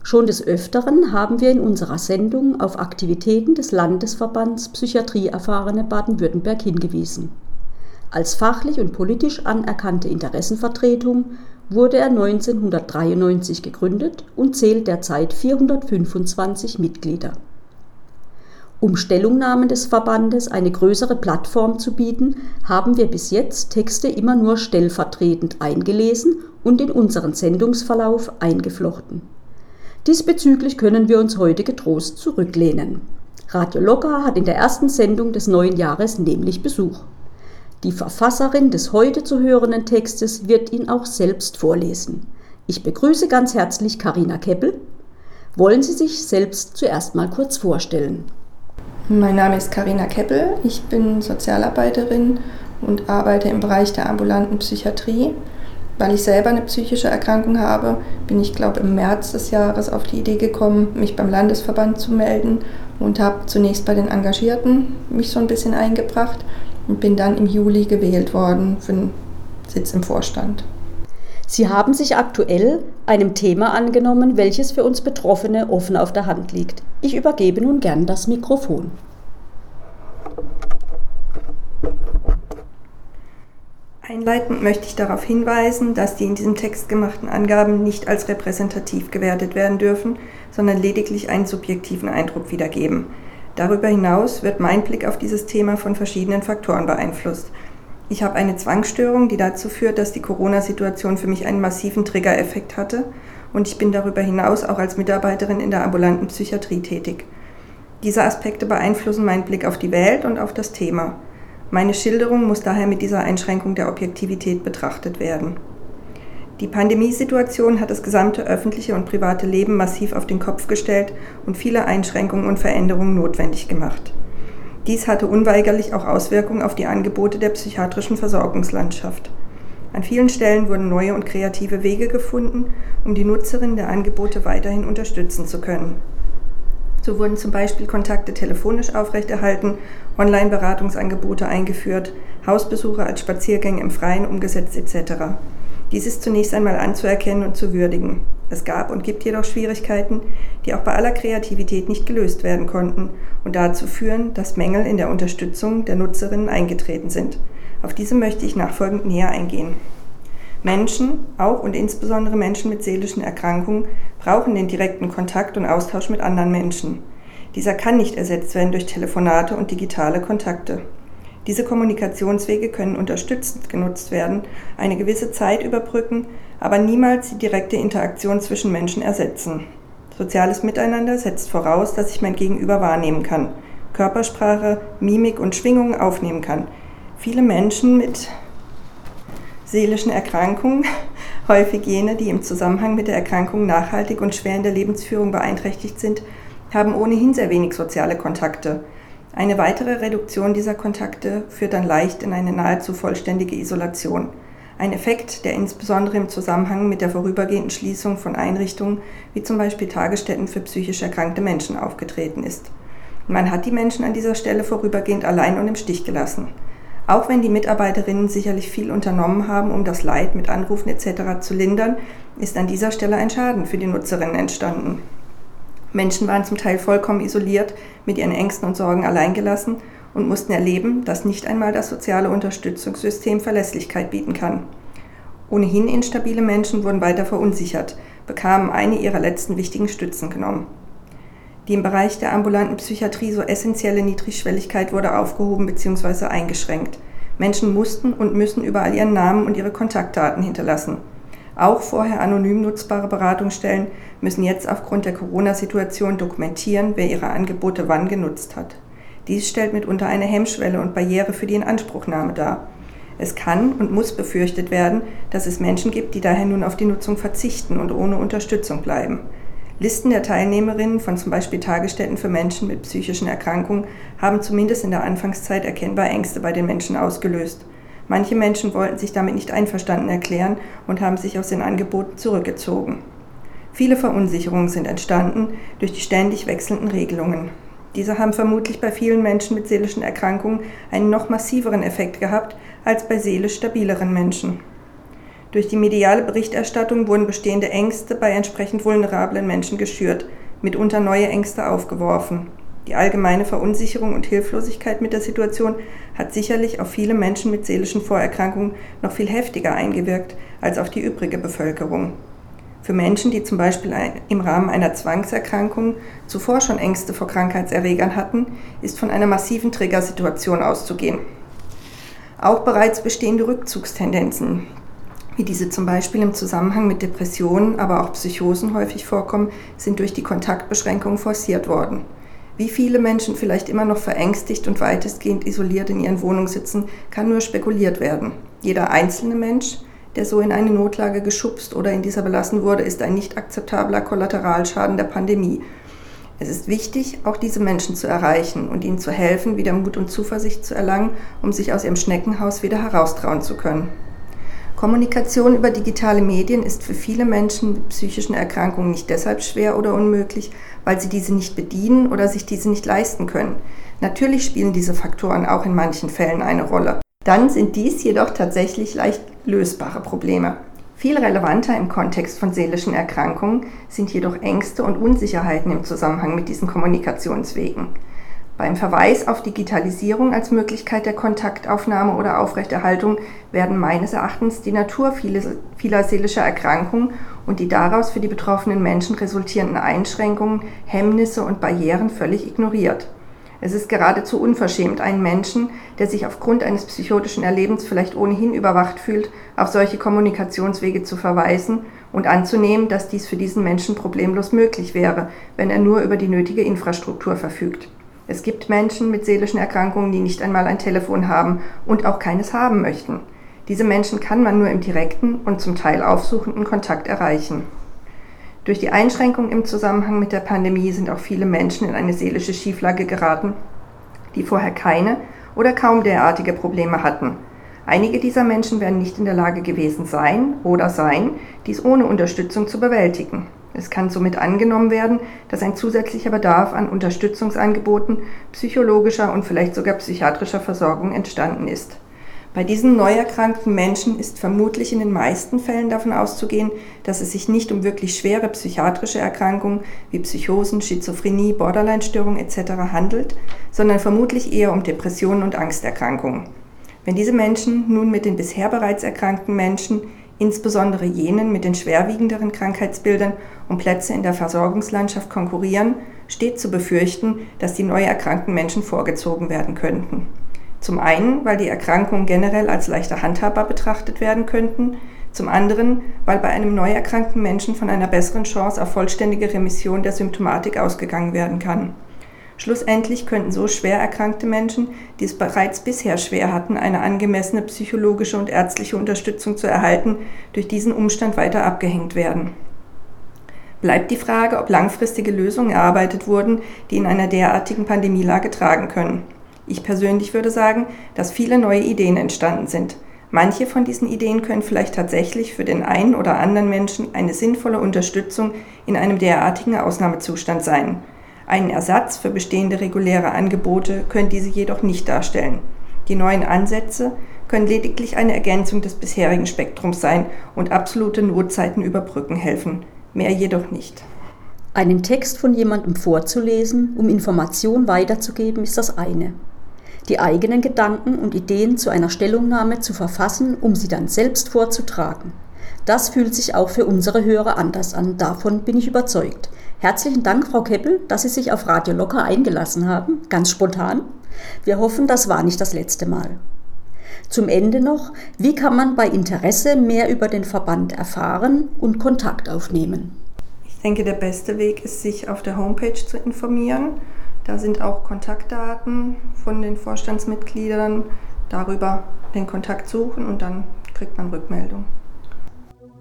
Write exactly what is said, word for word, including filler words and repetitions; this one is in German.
Schon des Öfteren haben wir in unserer Sendung auf Aktivitäten des Landesverbands Psychiatrieerfahrene Baden-Württemberg hingewiesen. Als fachlich und politisch anerkannte Interessenvertretung wurde er neunzehnhundertdreiundneunzig gegründet und zählt derzeit vierhundertfünfundzwanzig Mitglieder. Um Stellungnahmen des Verbandes eine größere Plattform zu bieten, haben wir bis jetzt Texte immer nur stellvertretend eingelesen und in unseren Sendungsverlauf eingeflochten. Diesbezüglich können wir uns heute getrost zurücklehnen. Radio Lokka hat in der ersten Sendung des neuen Jahres nämlich Besuch. Die Verfasserin des heute zu hörenden Textes wird ihn auch selbst vorlesen. Ich begrüße ganz herzlich Carina Keppel. Wollen Sie sich selbst zuerst mal kurz vorstellen? Mein Name ist Carina Keppel, ich bin Sozialarbeiterin und arbeite im Bereich der ambulanten Psychiatrie. Weil ich selber eine psychische Erkrankung habe, bin ich, glaube ich, im März des Jahres auf die Idee gekommen, mich beim Landesverband zu melden und habe zunächst bei den Engagierten mich so ein bisschen eingebracht und bin dann im Juli gewählt worden für einen Sitz im Vorstand. Sie haben sich aktuell einem Thema angenommen, welches für uns Betroffene offen auf der Hand liegt. Ich übergebe nun gern das Mikrofon. Einleitend möchte ich darauf hinweisen, dass die in diesem Text gemachten Angaben nicht als repräsentativ gewertet werden dürfen, sondern lediglich einen subjektiven Eindruck wiedergeben. Darüber hinaus wird mein Blick auf dieses Thema von verschiedenen Faktoren beeinflusst. Ich habe eine Zwangsstörung, die dazu führt, dass die Corona-Situation für mich einen massiven Triggereffekt hatte, und ich bin darüber hinaus auch als Mitarbeiterin in der ambulanten Psychiatrie tätig. Diese Aspekte beeinflussen meinen Blick auf die Welt und auf das Thema. Meine Schilderung muss daher mit dieser Einschränkung der Objektivität betrachtet werden. Die Pandemiesituation hat das gesamte öffentliche und private Leben massiv auf den Kopf gestellt und viele Einschränkungen und Veränderungen notwendig gemacht. Dies hatte unweigerlich auch Auswirkungen auf die Angebote der psychiatrischen Versorgungslandschaft. An vielen Stellen wurden neue und kreative Wege gefunden, um die Nutzerinnen der Angebote weiterhin unterstützen zu können. So wurden zum Beispiel Kontakte telefonisch aufrechterhalten, Online-Beratungsangebote eingeführt, Hausbesuche als Spaziergänge im Freien umgesetzt et cetera. Dies ist zunächst einmal anzuerkennen und zu würdigen. Es gab und gibt jedoch Schwierigkeiten, die auch bei aller Kreativität nicht gelöst werden konnten und dazu führen, dass Mängel in der Unterstützung der Nutzerinnen eingetreten sind. Auf diese möchte ich nachfolgend näher eingehen. Menschen, auch und insbesondere Menschen mit seelischen Erkrankungen, brauchen den direkten Kontakt und Austausch mit anderen Menschen. Dieser kann nicht ersetzt werden durch Telefonate und digitale Kontakte. Diese Kommunikationswege können unterstützend genutzt werden, eine gewisse Zeit überbrücken, aber niemals die direkte Interaktion zwischen Menschen ersetzen. Soziales Miteinander setzt voraus, dass ich mein Gegenüber wahrnehmen kann, Körpersprache, Mimik und Schwingungen aufnehmen kann. Viele Menschen mit seelischen Erkrankungen, häufig jene, die im Zusammenhang mit der Erkrankung nachhaltig und schwer in der Lebensführung beeinträchtigt sind, haben ohnehin sehr wenig soziale Kontakte. Eine weitere Reduktion dieser Kontakte führt dann leicht in eine nahezu vollständige Isolation. Ein Effekt, der insbesondere im Zusammenhang mit der vorübergehenden Schließung von Einrichtungen wie zum Beispiel Tagesstätten für psychisch erkrankte Menschen aufgetreten ist. Man hat die Menschen an dieser Stelle vorübergehend allein und im Stich gelassen. Auch wenn die Mitarbeiterinnen sicherlich viel unternommen haben, um das Leid mit Anrufen et cetera zu lindern, ist an dieser Stelle ein Schaden für die Nutzerinnen entstanden. Menschen waren zum Teil vollkommen isoliert, mit ihren Ängsten und Sorgen alleingelassen und mussten erleben, dass nicht einmal das soziale Unterstützungssystem Verlässlichkeit bieten kann. Ohnehin instabile Menschen wurden weiter verunsichert, bekamen eine ihrer letzten wichtigen Stützen genommen. Die im Bereich der ambulanten Psychiatrie so essentielle Niedrigschwelligkeit wurde aufgehoben bzw. eingeschränkt. Menschen mussten und müssen überall ihren Namen und ihre Kontaktdaten hinterlassen. Auch vorher anonym nutzbare Beratungsstellen müssen jetzt aufgrund der Corona-Situation dokumentieren, wer ihre Angebote wann genutzt hat. Dies stellt mitunter eine Hemmschwelle und Barriere für die Inanspruchnahme dar. Es kann und muss befürchtet werden, dass es Menschen gibt, die daher nun auf die Nutzung verzichten und ohne Unterstützung bleiben. Listen der Teilnehmerinnen von zum Beispiel Tagesstätten für Menschen mit psychischen Erkrankungen haben zumindest in der Anfangszeit erkennbar Ängste bei den Menschen ausgelöst. Manche Menschen wollten sich damit nicht einverstanden erklären und haben sich aus den Angeboten zurückgezogen. Viele Verunsicherungen sind entstanden durch die ständig wechselnden Regelungen. Diese haben vermutlich bei vielen Menschen mit seelischen Erkrankungen einen noch massiveren Effekt gehabt als bei seelisch stabileren Menschen. Durch die mediale Berichterstattung wurden bestehende Ängste bei entsprechend vulnerablen Menschen geschürt, mitunter neue Ängste aufgeworfen. Die allgemeine Verunsicherung und Hilflosigkeit mit der Situation hat sicherlich auf viele Menschen mit seelischen Vorerkrankungen noch viel heftiger eingewirkt als auf die übrige Bevölkerung. Für Menschen, die zum Beispiel im Rahmen einer Zwangserkrankung zuvor schon Ängste vor Krankheitserregern hatten, ist von einer massiven Triggersituation auszugehen. Auch bereits bestehende Rückzugstendenzen, wie diese zum Beispiel im Zusammenhang mit Depressionen, aber auch Psychosen häufig vorkommen, sind durch die Kontaktbeschränkungen forciert worden. Wie viele Menschen vielleicht immer noch verängstigt und weitestgehend isoliert in ihren Wohnungen sitzen, kann nur spekuliert werden. Jeder einzelne Mensch, der so in eine Notlage geschubst oder in dieser belassen wurde, ist ein nicht akzeptabler Kollateralschaden der Pandemie. Es ist wichtig, auch diese Menschen zu erreichen und ihnen zu helfen, wieder Mut und Zuversicht zu erlangen, um sich aus ihrem Schneckenhaus wieder heraustrauen zu können. Kommunikation über digitale Medien ist für viele Menschen mit psychischen Erkrankungen nicht deshalb schwer oder unmöglich, weil sie diese nicht bedienen oder sich diese nicht leisten können. Natürlich spielen diese Faktoren auch in manchen Fällen eine Rolle. Dann sind dies jedoch tatsächlich leicht lösbare Probleme. Viel relevanter im Kontext von seelischen Erkrankungen sind jedoch Ängste und Unsicherheiten im Zusammenhang mit diesen Kommunikationswegen. Beim Verweis auf Digitalisierung als Möglichkeit der Kontaktaufnahme oder Aufrechterhaltung werden meines Erachtens die Natur vieler seelischer Erkrankungen und die daraus für die betroffenen Menschen resultierenden Einschränkungen, Hemmnisse und Barrieren völlig ignoriert. Es ist geradezu unverschämt, einen Menschen, der sich aufgrund eines psychotischen Erlebens vielleicht ohnehin überwacht fühlt, auf solche Kommunikationswege zu verweisen und anzunehmen, dass dies für diesen Menschen problemlos möglich wäre, wenn er nur über die nötige Infrastruktur verfügt. Es gibt Menschen mit seelischen Erkrankungen, die nicht einmal ein Telefon haben und auch keines haben möchten. Diese Menschen kann man nur im direkten und zum Teil aufsuchenden Kontakt erreichen. Durch die Einschränkungen im Zusammenhang mit der Pandemie sind auch viele Menschen in eine seelische Schieflage geraten, die vorher keine oder kaum derartige Probleme hatten. Einige dieser Menschen werden nicht in der Lage gewesen sein oder sein, dies ohne Unterstützung zu bewältigen. Es kann somit angenommen werden, dass ein zusätzlicher Bedarf an Unterstützungsangeboten, psychologischer und vielleicht sogar psychiatrischer Versorgung entstanden ist. Bei diesen neu erkrankten Menschen ist vermutlich in den meisten Fällen davon auszugehen, dass es sich nicht um wirklich schwere psychiatrische Erkrankungen wie Psychosen, Schizophrenie, Borderline-Störungen et cetera handelt, sondern vermutlich eher um Depressionen und Angsterkrankungen. Wenn diese Menschen nun mit den bisher bereits erkrankten Menschen, insbesondere jenen mit den schwerwiegenderen Krankheitsbildern, um Plätze in der Versorgungslandschaft konkurrieren, steht zu befürchten, dass die neu erkrankten Menschen vorgezogen werden könnten. Zum einen, weil die Erkrankungen generell als leichter handhabbar betrachtet werden könnten, zum anderen, weil bei einem neu erkrankten Menschen von einer besseren Chance auf vollständige Remission der Symptomatik ausgegangen werden kann. Schlussendlich könnten so schwer erkrankte Menschen, die es bereits bisher schwer hatten, eine angemessene psychologische und ärztliche Unterstützung zu erhalten, durch diesen Umstand weiter abgehängt werden. Bleibt die Frage, ob langfristige Lösungen erarbeitet wurden, die in einer derartigen Pandemielage tragen können. Ich persönlich würde sagen, dass viele neue Ideen entstanden sind. Manche von diesen Ideen können vielleicht tatsächlich für den einen oder anderen Menschen eine sinnvolle Unterstützung in einem derartigen Ausnahmezustand sein. Einen Ersatz für bestehende reguläre Angebote können diese jedoch nicht darstellen. Die neuen Ansätze können lediglich eine Ergänzung des bisherigen Spektrums sein und absolute Notzeiten überbrücken helfen. Mehr jedoch nicht. Einen Text von jemandem vorzulesen, um Information weiterzugeben, ist das eine. Die eigenen Gedanken und Ideen zu einer Stellungnahme zu verfassen, um sie dann selbst vorzutragen. Das fühlt sich auch für unsere Hörer anders an, davon bin ich überzeugt. Herzlichen Dank, Frau Keppel, dass Sie sich auf Radio Locker eingelassen haben, ganz spontan. Wir hoffen, das war nicht das letzte Mal. Zum Ende noch, wie kann man bei Interesse mehr über den Verband erfahren und Kontakt aufnehmen? Ich denke, der beste Weg ist, sich auf der Homepage zu informieren. Da sind auch Kontaktdaten von den Vorstandsmitgliedern, darüber den Kontakt suchen und dann kriegt man Rückmeldung.